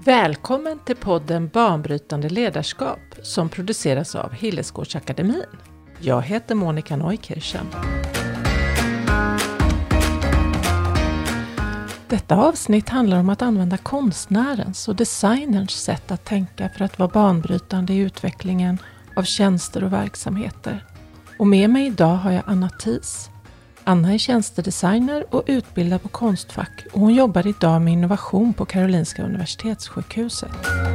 Välkommen till podden Banbrytande ledarskap som produceras av Hillesgårdsakademin. Jag heter Monica Neukirchen. Detta avsnitt handlar om att använda konstnärens och designerns sätt att tänka för att vara banbrytande i utvecklingen av tjänster och verksamheter. Och med mig idag har jag Anna Thies. Anna är tjänstedesigner och utbildad på Konstfack och hon jobbar idag med innovation på Karolinska Universitetssjukhuset.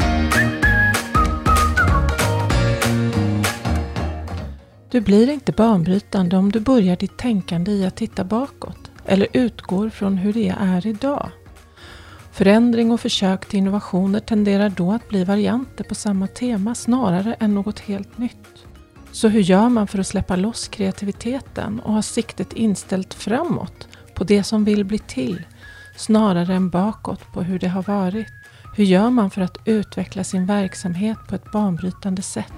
Du blir inte banbrytande om du börjar ditt tänkande i att titta bakåt eller utgår från hur det är idag. Förändring och försök till innovationer tenderar då att bli varianter på samma tema snarare än något helt nytt. Så hur gör man för att släppa loss kreativiteten och ha siktet inställt framåt på det som vill bli till, snarare än bakåt på hur det har varit? Hur gör man för att utveckla sin verksamhet på ett banbrytande sätt?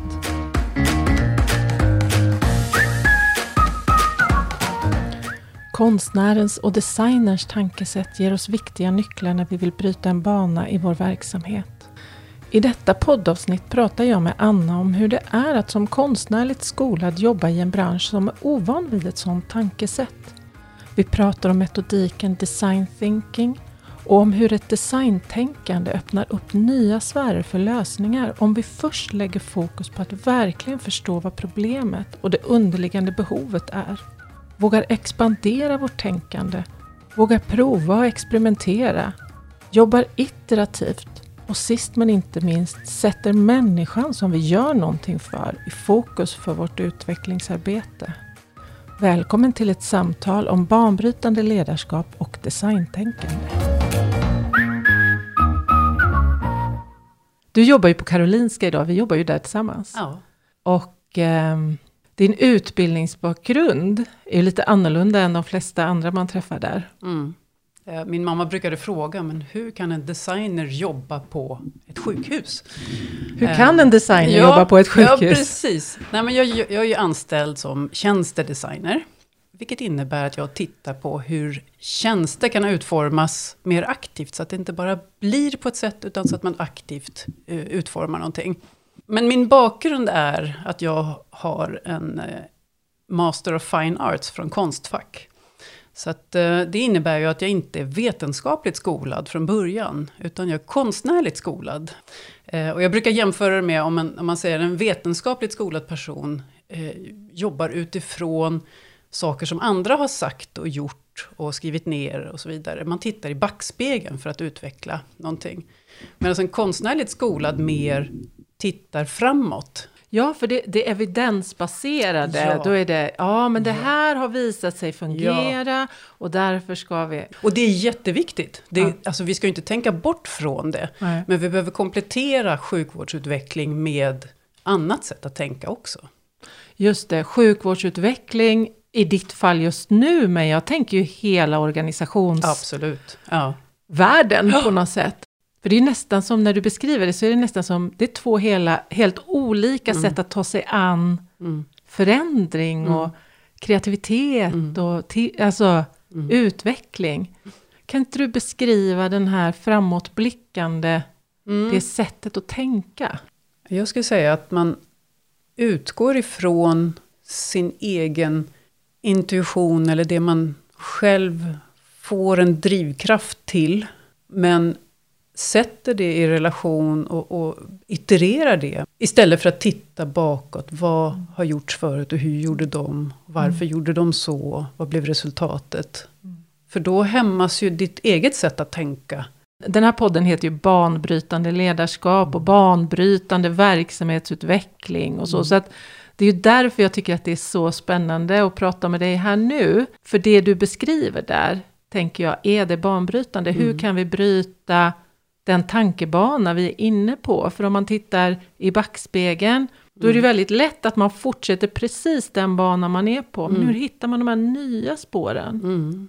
Konstnärens och designerns tankesätt ger oss viktiga nycklar när vi vill bryta en bana i vår verksamhet. I detta poddavsnitt pratar jag med Anna om hur det är att som konstnärligt skolad jobba i en bransch som är ovan vid ett sådant tankesätt. Vi pratar om metodiken design thinking och om hur ett designtänkande öppnar upp nya sfärer för lösningar om vi först lägger fokus på att verkligen förstå vad problemet och det underliggande behovet är. Vågar expandera vårt tänkande, vågar prova och experimentera, jobbar iterativt. Och sist men inte minst sätter människan som vi gör någonting för i fokus för vårt utvecklingsarbete. Välkommen till ett samtal om banbrytande ledarskap och designtänkande. Du jobbar ju på Karolinska idag, vi jobbar ju där tillsammans. Ja. Och din utbildningsbakgrund är lite annorlunda än de flesta andra man träffar där. Mm. Min mamma brukade fråga, men hur kan en designer jobba på ett sjukhus? Hur kan en designer jobba på ett sjukhus? Ja, precis. Nej, men jag är ju anställd som tjänstedesigner. Vilket innebär att jag tittar på hur tjänster kan utformas mer aktivt. Så att det inte bara blir på ett sätt utan så att man aktivt utformar någonting. Men min bakgrund är att jag har en Master of Fine Arts från Konstfack. Så att, det innebär ju att jag inte är vetenskapligt skolad från början, utan jag är konstnärligt skolad. Och jag brukar jämföra det med om man säger en vetenskapligt skolad person jobbar utifrån saker som andra har sagt och gjort och skrivit ner och så vidare. Man tittar i backspegeln för att utveckla någonting. Medan en konstnärligt skolad mer tittar framåt. Ja, för det är evidensbaserade. Ja. Då är det, men det här har visat sig fungera och därför ska vi... Och det är jätteviktigt. Alltså, vi ska ju inte tänka bort från det. Nej. Men vi behöver komplettera sjukvårdsutveckling med annat sätt att tänka också. Just det, sjukvårdsutveckling i ditt fall just nu, men jag tänker ju hela organisationsvärlden på något sätt. För det är nästan som när du beskriver det så är det nästan som det är två helt olika sätt att ta sig an förändring och kreativitet och utveckling. Kan inte du beskriva den här framåtblickande, det sättet att tänka? Jag skulle säga att man utgår ifrån sin egen intuition eller det man själv får en drivkraft till, men sätter det i relation och itererar det. Istället för att titta bakåt. Vad har gjorts förut och hur gjorde de? Varför gjorde de så? Vad blev resultatet? För då hämmas ju ditt eget sätt att tänka. Den här podden heter ju banbrytande ledarskap och banbrytande verksamhetsutveckling och så. Så att det är ju därför jag tycker att det är så spännande att prata med dig här nu. För det du beskriver där, tänker jag, är det banbrytande. Hur kan vi bryta den tankebana vi är inne på? För om man tittar i backspegeln, då är det väldigt lätt att man fortsätter precis den bana man är på. Men hur hittar man de här nya spåren?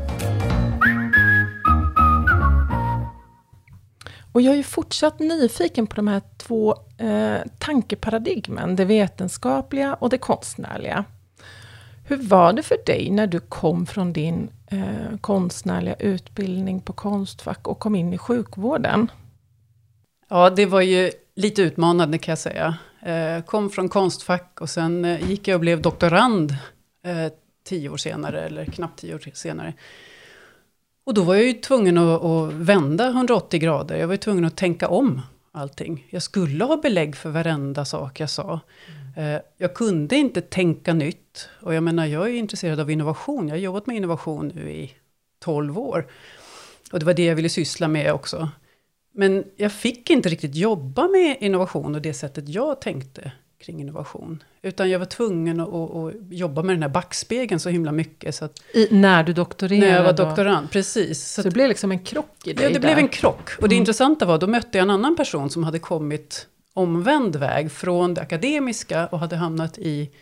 Och jag är ju fortsatt nyfiken på de här två tankeparadigmen, det vetenskapliga och det konstnärliga. Hur var det för dig när du kom från din konstnärliga utbildning på Konstfack och kom in i sjukvården? Ja, det var ju lite utmanande kan jag säga. Kom från Konstfack och sen gick jag och blev doktorand 10 år senare, eller knappt 10 år senare. Och då var jag ju tvungen att vända 180 grader. Jag var ju tvungen att tänka om allting. Jag skulle ha belägg för varenda sak jag sa. Jag kunde inte tänka nytt. Och jag menar, jag är intresserad av innovation. Jag har jobbat med innovation nu i 12 år. Och det var det jag ville syssla med också. Men jag fick inte riktigt jobba med innovation och det sättet jag tänkte kring innovation. Utan jag var tvungen att jobba med den här backspegeln så himla mycket. Så att När du doktorerade? När jag var doktorand, precis. Så det blev liksom en krock i dig? Ja, det blev en krock. Och det intressanta var, då mötte jag en annan person som hade kommit omvänd väg från det akademiska och hade hamnat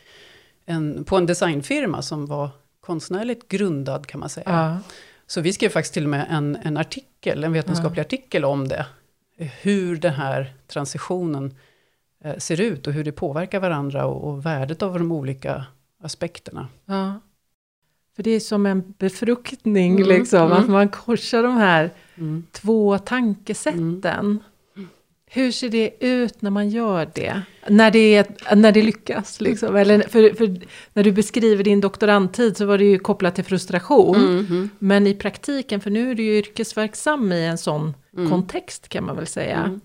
på en designfirma som var konstnärligt grundad kan man säga. Ja. Så vi skrev faktiskt till och med en vetenskaplig artikel om det. Hur den här transitionen ser ut och hur det påverkar varandra och värdet av de olika aspekterna. Ja. För det är som en befruktning liksom, att man korsar de här två tankesätten. Hur ser det ut när man gör det? När det lyckas liksom? Eller för när du beskriver din doktorandtid så var det ju kopplat till frustration. Men i praktiken, för nu är du ju yrkesverksam i en sån kontext kan man väl säga.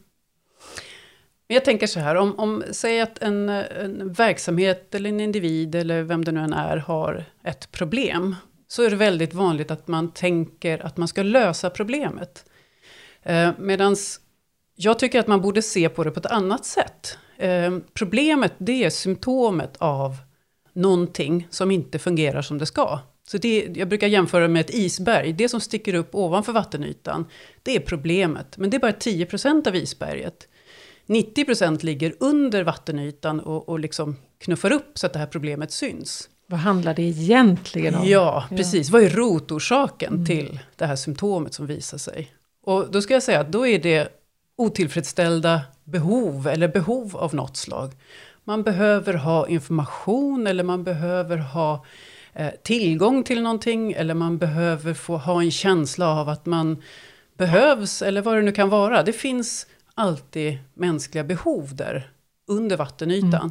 Jag tänker så här, om säg att en verksamhet eller en individ eller vem det nu än är har ett problem. Så är det väldigt vanligt att man tänker att man ska lösa problemet. Medans jag tycker att man borde se på det på ett annat sätt. Problemet, det är symptomet av någonting som inte fungerar som det ska. Så jag brukar jämföra med ett isberg. Det som sticker upp ovanför vattenytan, det är problemet. Men det är bara 10% av isberget. 90% ligger under vattenytan och liksom knuffar upp så att det här problemet syns. Vad handlar det egentligen om? Ja, precis. Vad är rotorsaken till det här symptomet som visar sig? Och då ska jag säga att då är det otillfredsställda behov eller behov av något slag. Man behöver ha information eller man behöver ha tillgång till någonting eller man behöver få ha en känsla av att man behövs eller vad det nu kan vara. Det finns alltid mänskliga behov där under vattenytan.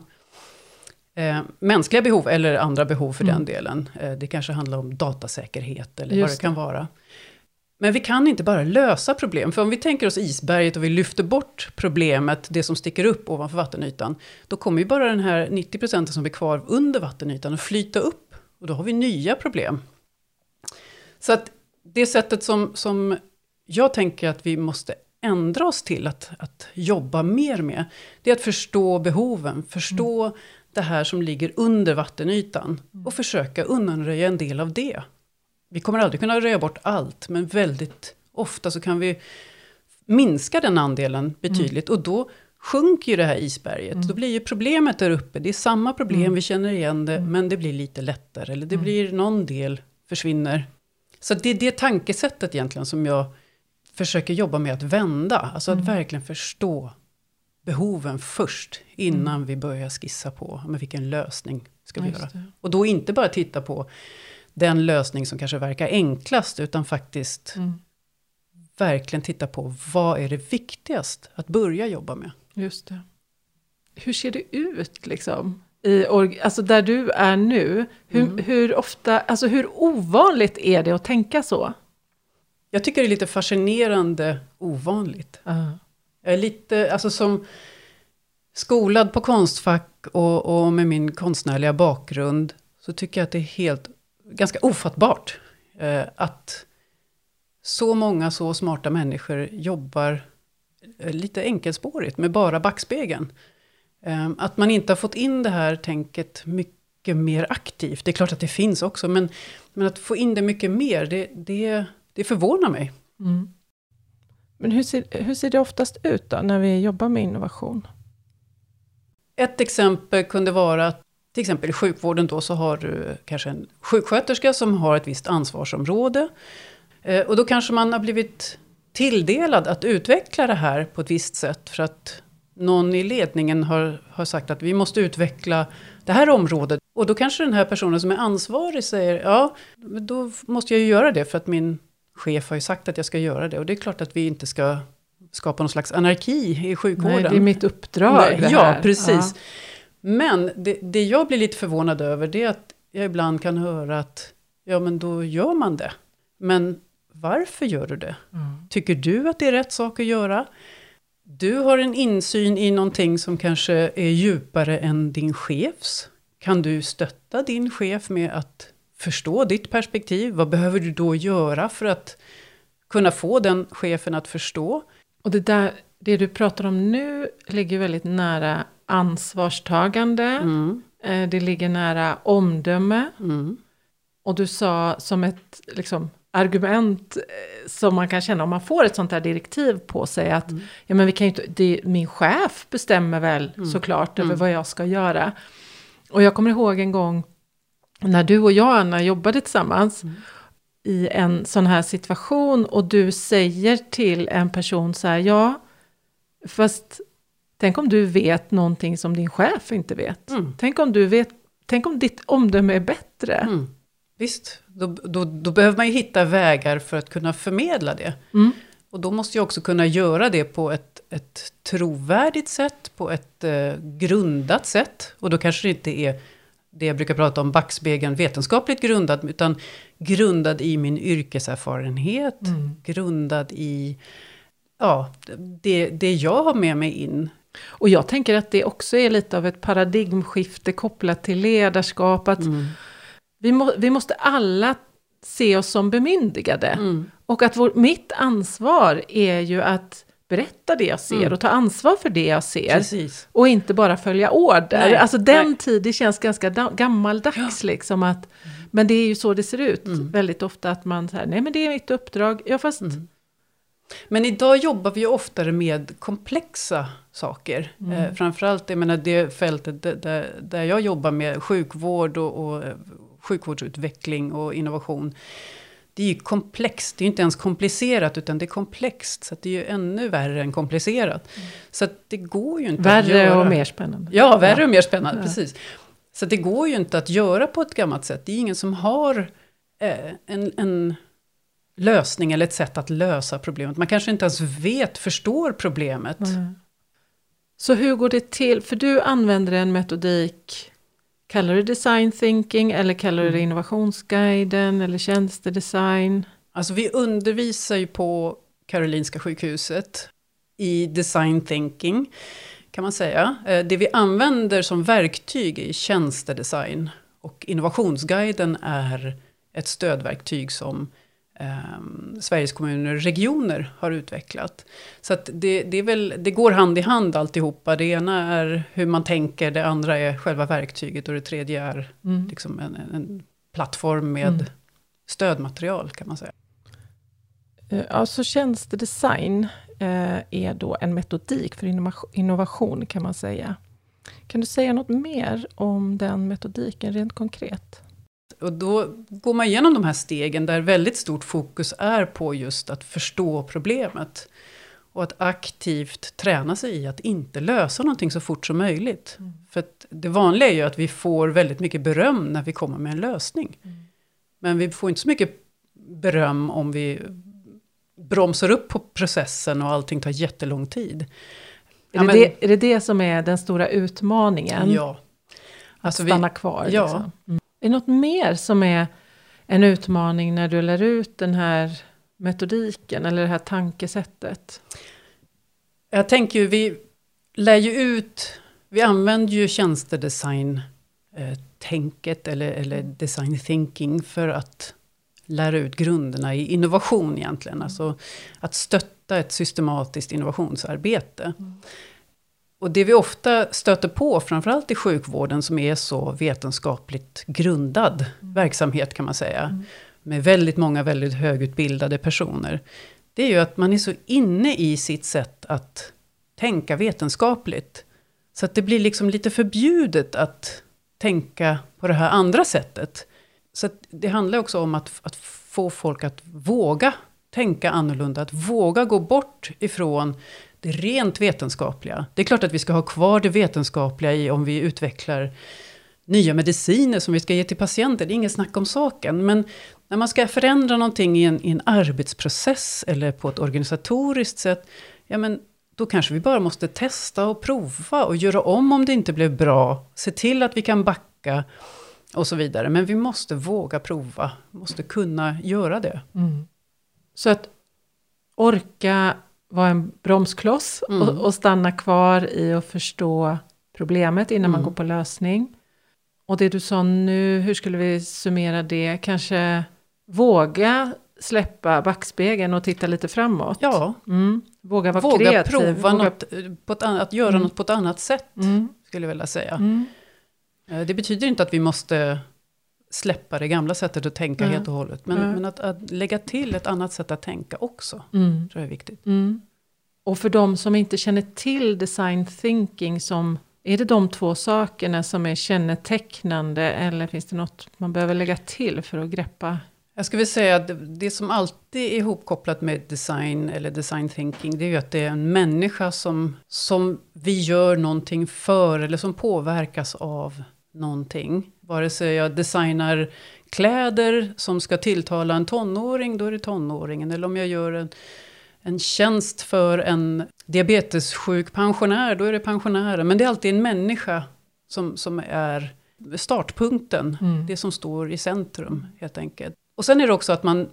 Mänskliga behov eller andra behov för den delen. Det kanske handlar om datasäkerhet eller vad det kan vara. Men vi kan inte bara lösa problem. För om vi tänker oss isberget och vi lyfter bort problemet, det som sticker upp ovanför vattenytan. Då kommer ju bara den här 90% som är kvar under vattenytan att flyta upp. Och då har vi nya problem. Så att det sättet som jag tänker att vi måste ändra oss till att jobba mer med. Det är att förstå behoven, förstå det här som ligger under vattenytan. Och försöka undanröja en del av det. Vi kommer aldrig kunna röja bort allt, men väldigt ofta så kan vi minska den andelen betydligt. Och då sjunker ju det här isberget. Då blir ju problemet där uppe. Det är samma problem, vi känner igen det, men det blir lite lättare. Eller det blir någon del försvinner. Så det är det tankesättet egentligen som jag försöker jobba med att vända. Alltså att verkligen förstå behoven först innan vi börjar skissa på vilken lösning ska vi göra. Och då inte bara titta på den lösning som kanske verkar enklast utan faktiskt verkligen titta på vad är det viktigast att börja jobba med. Just det. Hur ser det ut liksom? Alltså där du är nu, hur ofta, alltså hur ovanligt är det att tänka så? Jag tycker det är lite fascinerande ovanligt. Jag är lite, alltså som skolad på Konstfack och med min konstnärliga bakgrund så tycker jag att det är ganska ofattbart att så många så smarta människor jobbar lite enkelspårigt med bara backspegeln. Att man inte har fått in det här tänket mycket mer aktivt. Det är klart att det finns också, men att få in det mycket mer, det förvånar mig. Men hur ser det oftast ut då när vi jobbar med innovation? Ett exempel kunde vara att till exempel i sjukvården då så har du kanske en sjuksköterska som har ett visst ansvarsområde. Och då kanske man har blivit tilldelad att utveckla det här på ett visst sätt. För att någon i ledningen har sagt att vi måste utveckla det här området. Och då kanske den här personen som är ansvarig säger ja, då måste jag ju göra det för att min chef har ju sagt att jag ska göra det. Och det är klart att vi inte ska skapa någon slags anarki i sjukvården. Nej, det är mitt uppdrag. Nej, ja, precis. Ja. Men det jag blir lite förvånad över, det är att jag ibland kan höra att ja, men då gör man det. Men varför gör du det? Tycker du att det är rätt sak att göra? Du har en insyn i någonting som kanske är djupare än din chefs. Kan du stötta din chef med att förstå ditt perspektiv? Vad behöver du då göra för att kunna få den chefen att förstå? Och det du pratar om nu ligger väldigt nära ansvarstagande. Det ligger nära omdöme. Och du sa som ett liksom, argument som man kan känna om man får ett sånt här direktiv på sig att ja, men vi kan ju inte, min chef bestämmer väl såklart över vad jag ska göra. Och jag kommer ihåg en gång när du och jag, Anna, jobbade tillsammans i en sån här situation och du säger till en person så här, ja, fast tänk om du vet någonting som din chef inte vet. Tänk om ditt omdöme är bättre. Visst, då behöver man ju hitta vägar för att kunna förmedla det. Och då måste jag också kunna göra det på ett trovärdigt sätt, på ett grundat sätt. Och då kanske det inte är det jag brukar prata om, backspegeln vetenskapligt grundad, utan grundad i min yrkeserfarenhet, grundad i det jag har med mig in. Och jag tänker att det också är lite av ett paradigmskifte kopplat till ledarskap, att vi måste alla se oss som bemyndigade. Och att mitt ansvar är ju att berätta det jag ser och ta ansvar för det jag ser. Precis. Och inte bara följa order. Alltså den tiden känns ganska gammaldags liksom att, men det är ju så det ser ut. Väldigt ofta att man säger, nej men det är mitt uppdrag. Ja, fast... Men idag jobbar vi ju oftare med komplexa saker. Framförallt, jag menar, det fältet där jag jobbar med sjukvård och sjukvårdsutveckling och innovation. Det är ju komplext, det är ju inte ens komplicerat utan det är komplext. Så att det är ju ännu värre än komplicerat. Så att det går ju inte att göra... Värre och mer spännande. Ja, värre och mer spännande, precis. Så att det går ju inte att göra på ett gammalt sätt. Det är ingen som har en lösning eller ett sätt att lösa problemet. Man kanske inte ens förstår problemet. Så hur går det till? För du använder en metodik, kallar du design thinking eller kallar du det innovationsguiden eller tjänstedesign? Alltså vi undervisar ju på Karolinska sjukhuset i design thinking kan man säga. Det vi använder som verktyg är tjänstedesign och innovationsguiden är ett stödverktyg som Sveriges kommuner och regioner har utvecklat. Så att det går hand i hand alltihopa. Det ena är hur man tänker, det andra är själva verktyget och det tredje är liksom en plattform med stödmaterial kan man säga. Alltså tjänstedesign är då en metodik för innovation kan man säga. Kan du säga något mer om den metodiken rent konkret? Och då går man igenom de här stegen där väldigt stort fokus är på just att förstå problemet. Och att aktivt träna sig i att inte lösa någonting så fort som möjligt. För att det vanliga är ju att vi får väldigt mycket beröm när vi kommer med en lösning. Men vi får inte så mycket beröm om vi bromsar upp på processen och allting tar jättelång tid. Är det det som är den stora utmaningen? Ja. Alltså att stanna kvar? Ja. Liksom. Är det något mer som är en utmaning när du lär ut den här metodiken eller det här tankesättet? Jag tänker ju, vi lär ju ut, vi använder ju tjänstedesign-tänket eller design thinking för att lära ut grunderna i innovation egentligen. Alltså att stötta ett systematiskt innovationsarbete. Och det vi ofta stöter på, framförallt i sjukvården som är så vetenskapligt grundad verksamhet kan man säga. Med väldigt många väldigt högutbildade personer. Det är ju att man är så inne i sitt sätt att tänka vetenskapligt. Så att det blir liksom lite förbjudet att tänka på det här andra sättet. Så att det handlar också om att få folk att våga tänka annorlunda. Att våga gå bort ifrån det rent vetenskapliga. Det är klart att vi ska ha kvar det vetenskapliga i om vi utvecklar nya mediciner som vi ska ge till patienter. Det är inget snack om saken. Men när man ska förändra någonting i en arbetsprocess eller på ett organisatoriskt sätt, ja men då kanske vi bara måste testa och prova och göra om det inte blev bra. Se till att vi kan backa och så vidare. Men vi måste våga prova, måste kunna göra det. Mm. Så att orka vara en bromskloss och stanna kvar i att förstå problemet innan man går på lösning. Och det du sa nu, hur skulle vi summera det? Kanske våga släppa backspegeln och titta lite framåt. Ja. Våga vara kreativ. Prova att göra något på ett annat sätt, skulle jag vilja säga. Det betyder inte att vi måste släppa det gamla sättet att tänka helt och hållet. Men att lägga till ett annat sätt att tänka också, tror jag är viktigt. Och för de som inte känner till design thinking, är det de 2 sakerna som är kännetecknande, eller finns det något man behöver lägga till för att greppa? Jag skulle vilja säga att det som alltid är ihopkopplat med design eller design thinking, det är ju att det är en människa som vi gör någonting för, eller som påverkas av någonting. Vare sig jag designar kläder som ska tilltala en tonåring, då är det tonåringen. Eller om jag gör en tjänst för en diabetessjuk pensionär, då är det pensionären. Men det är alltid en människa som är startpunkten. Det som står i centrum, helt enkelt. Och sen är det också att man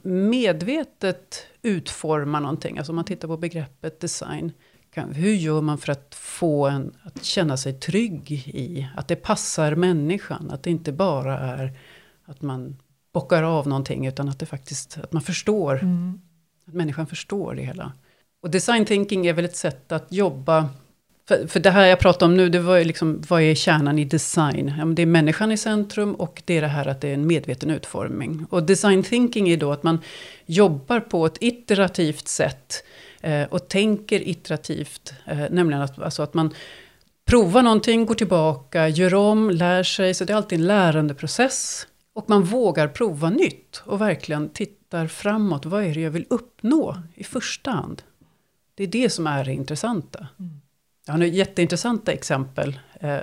medvetet utformar någonting. Alltså om man tittar på begreppet design. Hur gör man för att få att känna sig trygg i? Att det passar människan. Att det inte bara är att man bockar av någonting. Utan att det faktiskt, att man förstår. Att människan förstår det hela. Och design thinking är väl ett sätt att jobba. För det här jag pratar om nu, det var ju liksom, vad är kärnan i design? Ja, men det är människan i centrum, och det är det här att det är en medveten utformning. Och design thinking är då att man jobbar på ett iterativt sätt och tänker iterativt. Nämligen att man provar någonting, går tillbaka, gör om, lär sig. Så det är alltid en lärandeprocess. Och man vågar prova nytt och verkligen tittar framåt. Vad är det jag vill uppnå i första hand? Det är det som är det intressanta. Jag har ett jätteintressanta exempel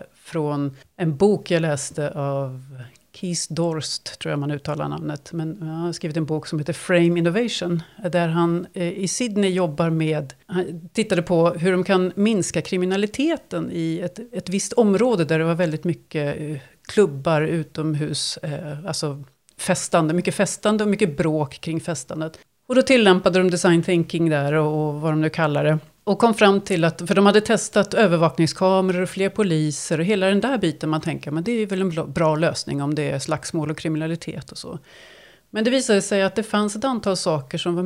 från en bok jag läste av Kees Dorst, tror jag man uttalar namnet. Men jag har skrivit en bok som heter Frame Innovation. Där han i Sydney han tittade på hur de kan minska kriminaliteten i ett visst område. Där det var väldigt mycket klubbar utomhus. Alltså mycket festande och mycket bråk kring festandet. Och då tillämpade de design thinking där och vad de nu kallar det. Och kom fram till att, för de hade testat övervakningskameror och fler poliser och hela den där biten, man tänker, men det är väl en bra lösning om det är slagsmål och kriminalitet och så. Men det visade sig att det fanns ett antal saker som var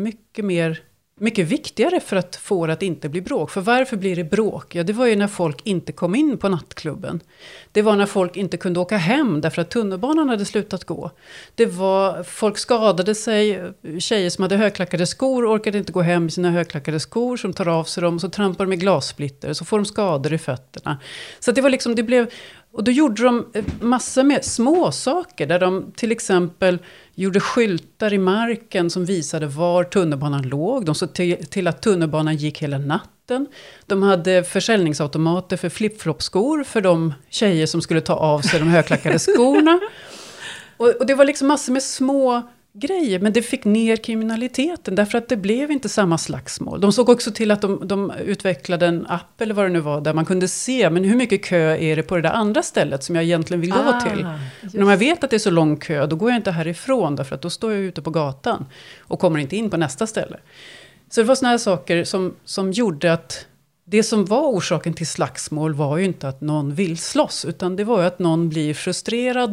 mycket viktigare för att få det att inte bli bråk. För varför blir det bråk? Ja, det var ju när folk inte kom in på nattklubben. Det var när folk inte kunde åka hem därför att tunnelbanan hade slutat gå. Det var, folk skadade sig, tjejer som hade högklackade skor orkade inte gå hem i sina högklackade skor, som tar av sig dem, så trampar de med glassplitter, så får de skador i fötterna. Så det var liksom, och då gjorde de massor med små saker där de till exempel gjorde skyltar i marken som visade var tunnelbanan låg. De såg till att tunnelbanan gick hela natten. De hade försäljningsautomater för flip-flop-skor för de tjejer som skulle ta av sig de högklackade skorna. Och det var liksom massor med små grejer, men det fick ner kriminaliteten därför att det blev inte samma slagsmål. De såg också till att de utvecklade en app eller vad det nu var där man kunde se, men hur mycket kö är det på det där andra stället som jag egentligen vill gå till. Men om jag vet att det är så lång kö, då går jag inte härifrån därför att då står jag ute på gatan och kommer inte in på nästa ställe. Så det var såna här saker som gjorde att det som var orsaken till slagsmål var ju inte att någon vill slåss, utan det var ju att någon blir frustrerad,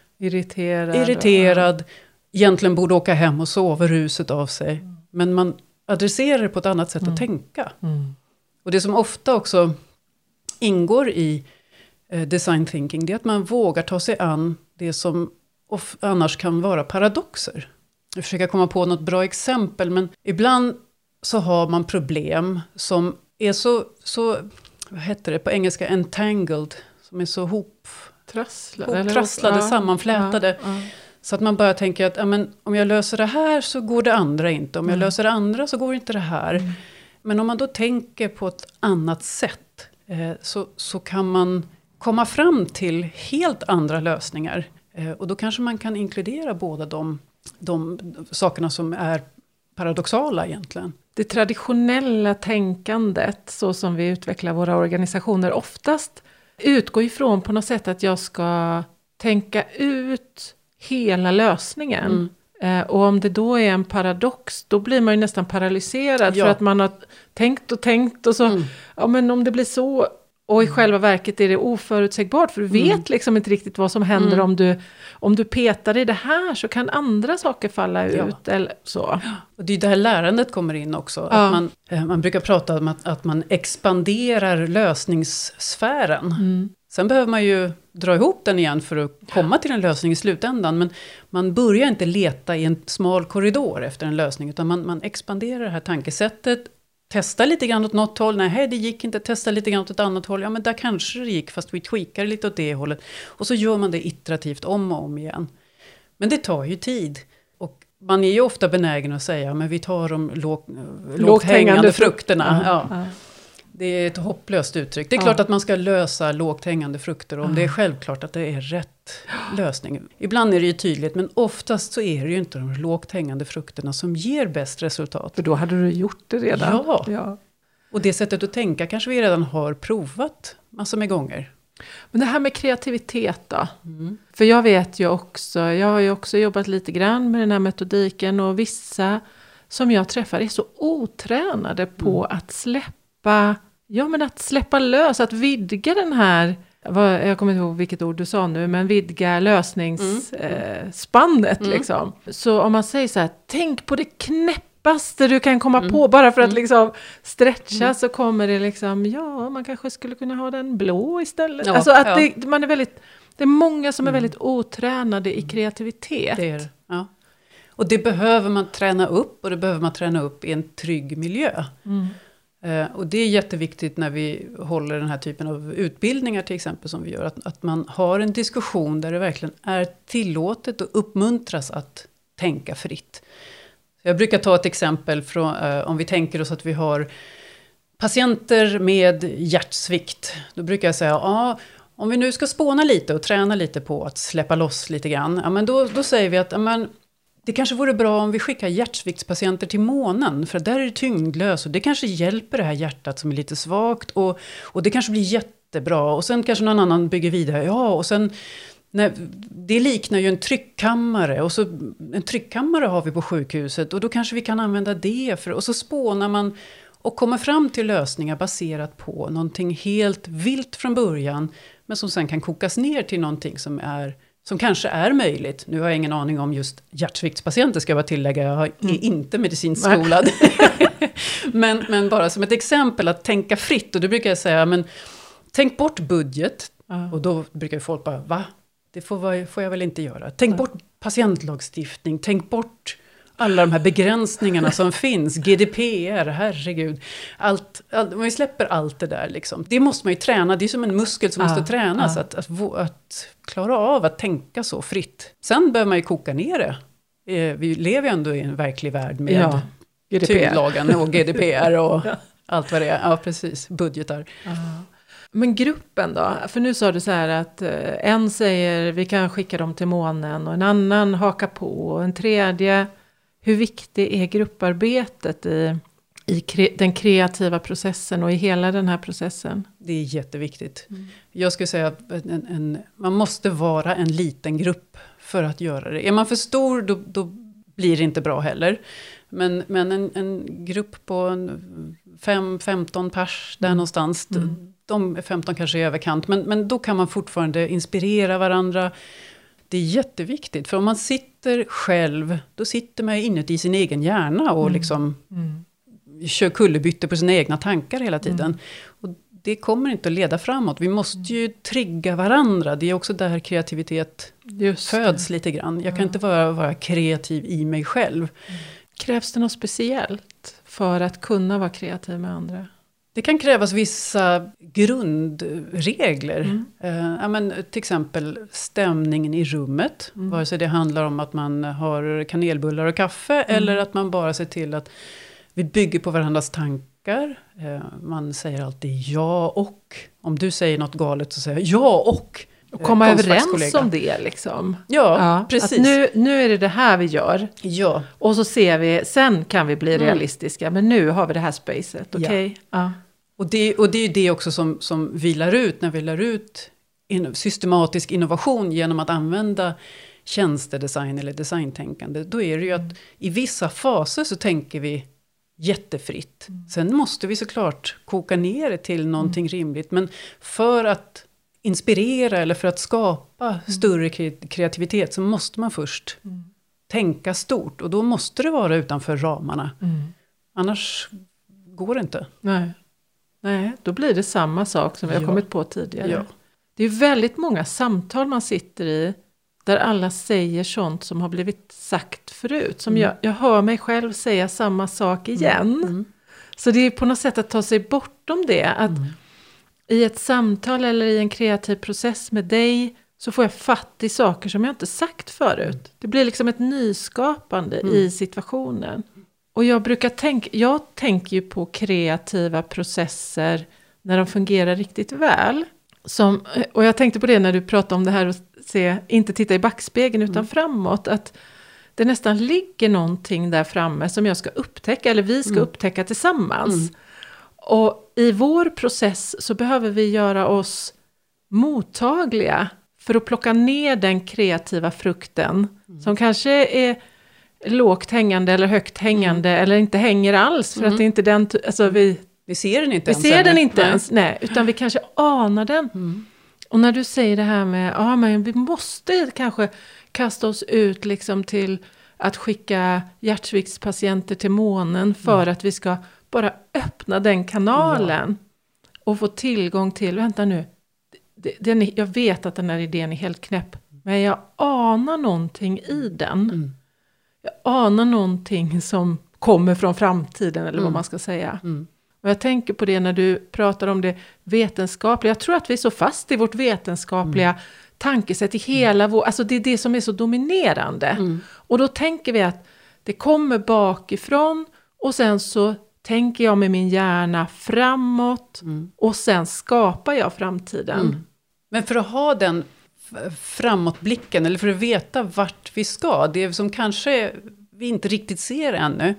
irriterad, egentligen borde åka hem och sova ruset av sig. Men man adresserar det på ett annat sätt att tänka. Och det som ofta också ingår i design thinking, det är att man vågar ta sig an det som annars kan vara paradoxer. Jag försöker komma på något bra exempel, men ibland så har man problem som är så vad heter det på engelska, entangled, som är så hoptrasslade, sammanflätade. Så att man bara tänker att om jag löser det här så går det andra inte. Om jag löser det andra så går inte det här. Men om man då tänker på ett annat sätt så kan man komma fram till helt andra lösningar. Och då kanske man kan inkludera båda de sakerna som är paradoxala egentligen. Det traditionella tänkandet, så som vi utvecklar våra organisationer, oftast utgår ifrån på något sätt att jag ska tänka ut hela lösningen. Och om det då är en paradox, då blir man ju nästan paralyserad för att man har tänkt och så, ja men om det blir så, och i själva verket är det oförutsägbart, för du vet liksom inte riktigt vad som händer om du petar i det här, så kan andra saker falla ut eller så. Och det är där lärandet kommer in också. Att man brukar prata om att man expanderar lösningssfären. Sen behöver man ju dra ihop den igen för att komma till en lösning i slutändan. Men man börjar inte leta i en smal korridor efter en lösning, utan man expanderar det här tankesättet. Testa lite grann åt något håll. Nej, det gick inte. Testa lite grann åt ett annat håll. Ja, men där kanske det gick, fast vi tweakar lite åt det hållet. Och så gör man det iterativt om och om igen. Men det tar ju tid. Och man är ju ofta benägen att säga, men vi tar de lågt hängande frukterna. Ja. Det är ett hopplöst uttryck. Det är klart att man ska lösa lågt hängande frukter, om det är självklart att det är rätt lösning. Ibland är det ju tydligt, men oftast så är det ju inte de lågt hängande frukterna som ger bäst resultat. För då hade du gjort det redan. Ja. Och det sättet att tänka kanske vi redan har provat massor med gånger. Men det här med kreativitet då? För jag vet ju också, jag har ju också jobbat lite grann med den här metodiken, och vissa som jag träffar är så otränade på att släppa lös, att vidga den här, jag kommer inte ihåg vilket ord du sa nu, men vidga lösningsspannet liksom. Så om man säger så här, tänk på det knäppaste du kan komma på, bara för att liksom stretcha, så kommer det liksom, man kanske skulle kunna ha den blå istället. Alltså att man är väldigt, det är många som är väldigt otränade i kreativitet. Det är det, ja. Och det behöver man träna upp, och det behöver man träna upp i en trygg miljö. Och det är jätteviktigt när vi håller den här typen av utbildningar till exempel som vi gör. Att man har en diskussion där det verkligen är tillåtet och uppmuntras att tänka fritt. Jag brukar ta ett exempel från, om vi tänker oss att vi har patienter med hjärtsvikt. Då brukar jag säga, om vi nu ska spåna lite och träna lite på att släppa loss lite grann. Ja, men då säger vi att det kanske vore bra om vi skickar hjärtsviktspatienter till månen. För där är det tyngdlöst, och det kanske hjälper det här hjärtat som är lite svagt. Och det kanske blir jättebra. Och sen kanske någon annan bygger vidare. Och sen, det liknar ju en tryckkammare. Och så en tryckkammare har vi på sjukhuset. Och då kanske vi kan använda det. Och så spånar man och kommer fram till lösningar baserat på någonting helt vilt från början. Men som sen kan kokas ner till någonting som kanske är möjligt. Nu har jag ingen aning om just hjärtsviktspatienter, ska jag bara tillägga. Jag är inte medicinskt skolad. men bara som ett exempel att tänka fritt. Och då brukar jag säga, men tänk bort budget. Och då brukar folk bara, va? Det får jag väl inte göra. Tänk bort patientlagstiftning. Tänk bort alla de här begränsningarna som finns. GDPR, herregud. Om vi släpper allt det där liksom. Det måste man ju träna. Det är som en muskel som måste tränas. Att klara av att tänka så fritt. Sen behöver man ju koka ner det. Vi lever ju ändå i en verklig värld med tyngdlagen och GDPR och allt vad det är. Ja, precis. Budgetar. Men gruppen då? För nu sa du så här att en säger vi kan skicka dem till månen, och en annan hakar på, och en tredje. Hur viktigt är grupparbetet i den kreativa processen och i hela den här processen? Det är jätteviktigt. Jag skulle säga att man måste vara en liten grupp för att göra det. Är man för stor då blir det inte bra heller. Men en grupp på 5-15 pers där någonstans. De 15 kanske är överkant. Men då kan man fortfarande inspirera varandra. Det är jätteviktigt, för om man sitter själv, då sitter man inuti sin egen hjärna och liksom kör kullerbytte på sina egna tankar hela tiden. Och det kommer inte att leda framåt. Vi måste ju trigga varandra. Det är också där kreativitet föds lite grann. Jag kan inte vara kreativ i mig själv. Krävs det något speciellt för att kunna vara kreativ med andra? Det kan krävas vissa grundregler. Till exempel stämningen i rummet. Vare sig det handlar om att man har kanelbullar och kaffe. Eller att man bara ser till att vi bygger på varandras tankar. Man säger alltid ja och. Om du säger något galet så säger jag ja och. Och komma överens om det liksom. Ja, precis. Att nu är det här vi gör. Ja. Och så ser vi, sen kan vi bli realistiska. Men nu har vi det här spacet, okej? Ja. Och det är ju det också som vi lär ut när vi lär ut systematisk innovation genom att använda tjänstedesign eller designtänkande. Då är det ju att i vissa faser så tänker vi jättefritt. Sen måste vi såklart koka ner det till någonting rimligt. Men för att inspirera eller för att skapa större kreativitet så måste man först tänka stort. Och då måste det vara utanför ramarna. Annars går det inte. Nej, då blir det samma sak som vi har kommit på tidigare. Ja. Det är väldigt många samtal man sitter i där alla säger sånt som har blivit sagt förut. Som jag hör mig själv säga samma sak igen. Så det är på något sätt att ta sig bortom det. Att i ett samtal eller i en kreativ process med dig så får jag fatt i saker som jag inte sagt förut. Det blir liksom ett nyskapande i situationen. Och jag tänker ju på kreativa processer när de fungerar riktigt väl. Och jag tänkte på det när du pratade om det här att inte titta i backspegeln utan framåt. Att det nästan ligger någonting där framme som jag ska upptäcka eller vi ska upptäcka tillsammans. Och i vår process så behöver vi göra oss mottagliga för att plocka ner den kreativa frukten som kanske är lågt hängande eller högt hängande eller inte hänger alls för att det är inte den alltså vi ser den inte ens. Vi ser den inte ens, nej, utan vi kanske anar den. Och när du säger det här med men vi måste kanske kasta oss ut liksom till att skicka hjärtsviktspatienter till månen för att vi ska bara öppna den kanalen och få tillgång till, vänta nu, jag vet att den här idén är helt knäpp, men jag anar någonting i den. Jag anar någonting som kommer från framtiden eller vad man ska säga. Och jag tänker på det när du pratar om det vetenskapliga. Jag tror att vi är så fast i vårt vetenskapliga tankesätt i hela alltså det är det som är så dominerande. Och då tänker vi att det kommer bakifrån och sen så tänker jag med min hjärna framåt och sen skapar jag framtiden. Men för att ha den framåtblicken eller för att veta vart vi ska, det som kanske vi inte riktigt ser ännu,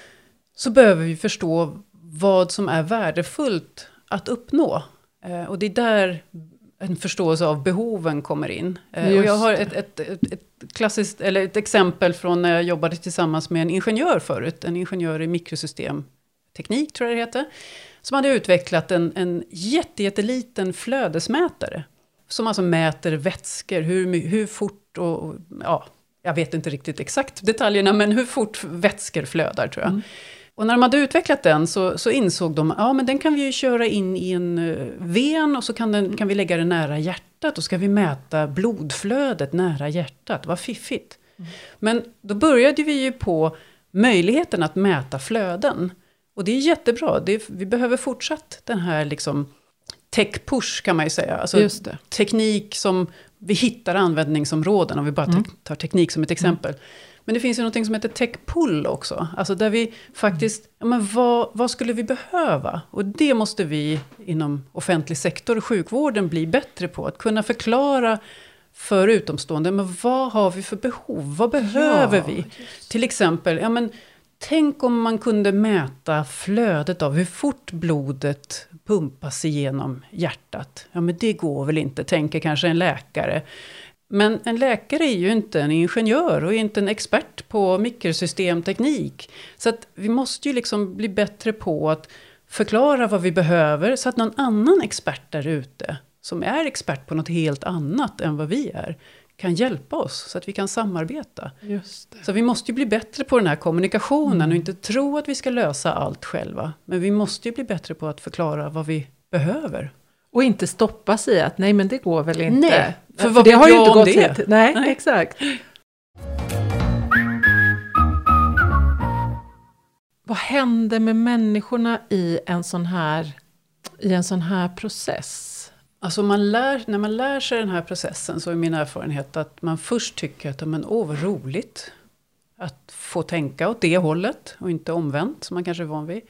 så behöver vi förstå vad som är värdefullt att uppnå. Och det är där en förståelse av behoven kommer in. Och jag har ett klassiskt, eller ett exempel från när jag jobbade tillsammans med en ingenjör förut. En ingenjör i mikrosystemteknik tror jag det heter. Som hade utvecklat en jätteliten flödesmätare. Som alltså mäter vätskor, hur fort och jag vet inte riktigt exakt detaljerna, men hur fort vätskor flödar tror jag. Och när de hade utvecklat den så insåg de, men den kan vi ju köra in i en ven och så kan vi lägga den nära hjärtat och ska vi mäta blodflödet nära hjärtat. Vad fiffigt. Men då började vi ju på möjligheten att mäta flöden. Och det är jättebra. Vi behöver fortsatt den här liksom tech-push kan man ju säga. Alltså teknik som vi hittar användningsområden om vi bara tar teknik som ett exempel. Men det finns ju något som heter tech-pull också. Alltså där vi faktiskt, vad skulle vi behöva? Och det måste vi inom offentlig sektor och sjukvården bli bättre på. Att kunna förklara för utomstående, men vad har vi för behov? Vad behöver vi? Till exempel, tänk om man kunde mäta flödet av hur fort blodet pumpas igenom hjärtat. Men det går väl inte, tänker kanske en läkare. Men en läkare är ju inte en ingenjör och är inte en expert på mikrosystemteknik. Så att vi måste ju liksom bli bättre på att förklara vad vi behöver så att någon annan expert där ute som är expert på något helt annat än vad vi är kan hjälpa oss så att vi kan samarbeta. Just det. Så vi måste ju bli bättre på den här kommunikationen och inte tro att vi ska lösa allt själva. Men vi måste ju bli bättre på att förklara vad vi behöver. Och inte stoppas i att nej men det går väl inte. Nej, för det har ju inte gått hit. Nej, exakt. Vad händer med människorna i en sån här process? Alltså när man lär sig den här processen så är min erfarenhet att man först tycker att vad roligt att få tänka åt det hållet och inte omvänt som man kanske är van vid.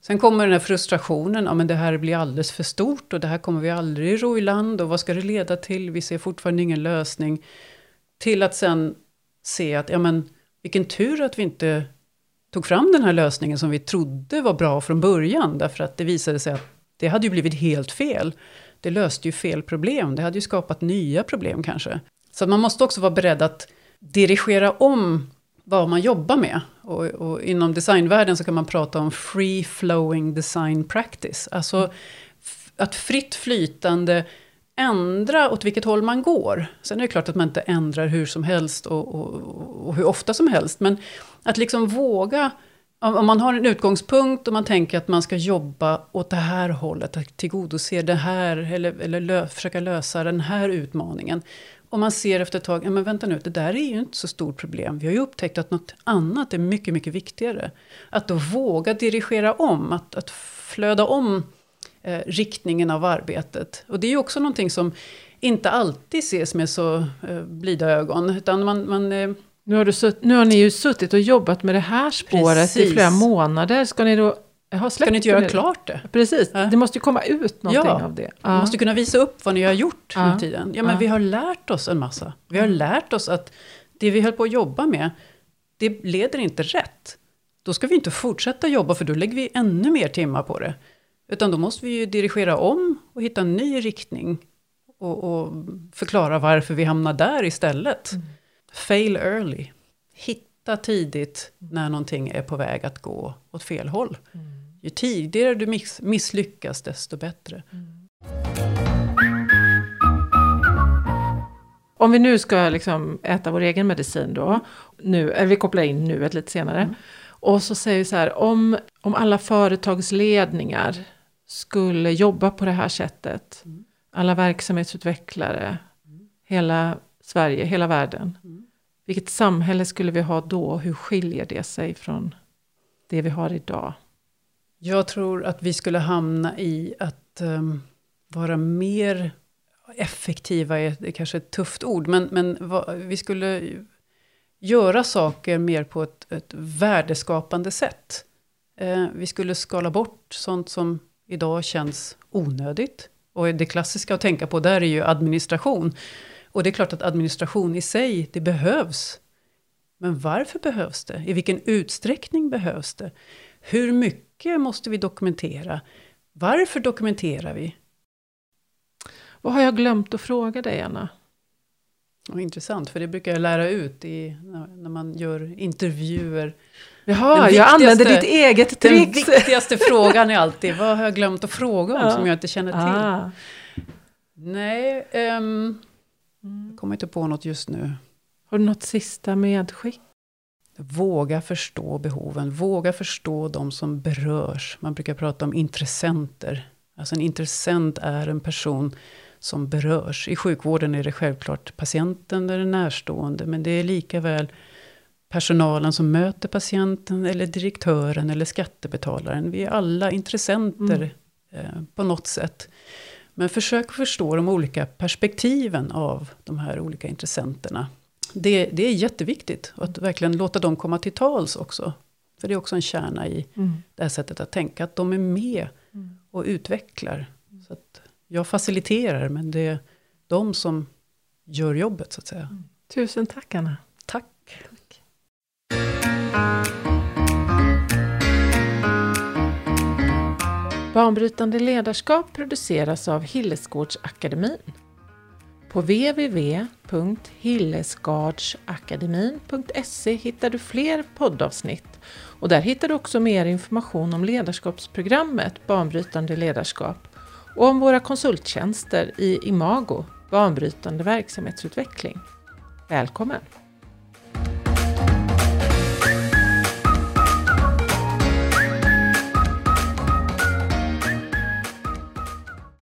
Sen kommer den här frustrationen, ja men det här blir alldeles för stort och det här kommer vi aldrig ro i land och vad ska det leda till? Vi ser fortfarande ingen lösning. Till att sen se att, ja men vilken tur att vi inte tog fram den här lösningen som vi trodde var bra från början. Därför att det visade sig att det hade ju blivit helt fel. Det löste ju fel problem, det hade ju skapat nya problem kanske. Så man måste också vara beredd att dirigera om vad man jobbar med. Och inom designvärlden så kan man prata om free flowing design practice. Alltså att fritt flytande ändra åt vilket håll man går. Sen är det klart att man inte ändrar hur som helst och hur ofta som helst. Men att liksom våga, om man har en utgångspunkt och man tänker att man ska jobba åt det här hållet. Att tillgodose det här eller försöka lösa den här utmaningen. Och man ser efter ett tag, ja men vänta nu, det där är ju inte så stort problem. Vi har ju upptäckt att något annat är mycket, mycket viktigare. Att då våga dirigera om, att flöda om riktningen av arbetet. Och det är ju också någonting som inte alltid ses med så blida ögon. Utan Nu har ni ju suttit och jobbat med det här spåret i flera månader. Ska ni då ha släppt? Ska ni inte göra klart det? Precis, det måste ju komma ut någonting av det. Ja, måste kunna visa upp vad ni har gjort med tiden. Ja, men vi har lärt oss en massa. Vi har lärt oss att det vi höll på att jobba med, det leder inte rätt. Då ska vi inte fortsätta jobba för då lägger vi ännu mer timmar på det. Utan då måste vi ju dirigera om och hitta en ny riktning. Och förklara varför vi hamnar där istället. Fail early. Hitta tidigt när någonting är på väg att gå åt fel håll. Ju tidigare du misslyckas desto bättre. Om vi nu ska liksom äta vår egen medicin då. Vi kopplar in nuet lite senare. Och så säger vi så här. Om alla företagsledningar skulle jobba på det här sättet. Alla verksamhetsutvecklare. Hela Sverige, hela världen. Vilket samhälle skulle vi ha då? Hur skiljer det sig från det vi har idag? Jag tror att vi skulle hamna i att vara mer effektiva. Det är kanske ett tufft ord. Men vi skulle göra saker mer på ett värdeskapande sätt. Vi skulle skala bort sånt som idag känns onödigt. Och det klassiska att tänka på där är ju administration. Och det är klart att administration i sig, det behövs. Men varför behövs det? I vilken utsträckning behövs det? Hur mycket måste vi dokumentera? Varför dokumenterar vi? Vad har jag glömt att fråga dig, Anna? Intressant, för det brukar jag lära ut när man gör intervjuer. Jaha, jag använder ditt eget trick. Den viktigaste frågan är alltid, vad har jag glömt att fråga om som jag inte känner till? Nej, jag kommer inte på något just nu. Har du något sista medskick? Våga förstå behoven. Våga förstå de som berörs. Man brukar prata om intressenter. Alltså en intressent är en person som berörs. I sjukvården är det självklart patienten eller närstående. Men det är lika väl personalen som möter patienten. Eller direktören eller skattebetalaren. Vi är alla intressenter på något sätt. Men försök förstå de olika perspektiven av de här olika intressenterna. Det är jätteviktigt att verkligen låta dem komma till tals också. För det är också en kärna i det här sättet att tänka. Att de är med och utvecklar. Så att jag faciliterar, men det är de som gör jobbet så att säga. Tusen tack, Anna. Tack. Banbrytande ledarskap produceras av Hillesgårdsakademin. På www.hillesgardsakademin.se hittar du fler poddavsnitt. Och där hittar du också mer information om ledarskapsprogrammet Banbrytande ledarskap. Och om våra konsulttjänster i Imago, banbrytande verksamhetsutveckling. Välkommen!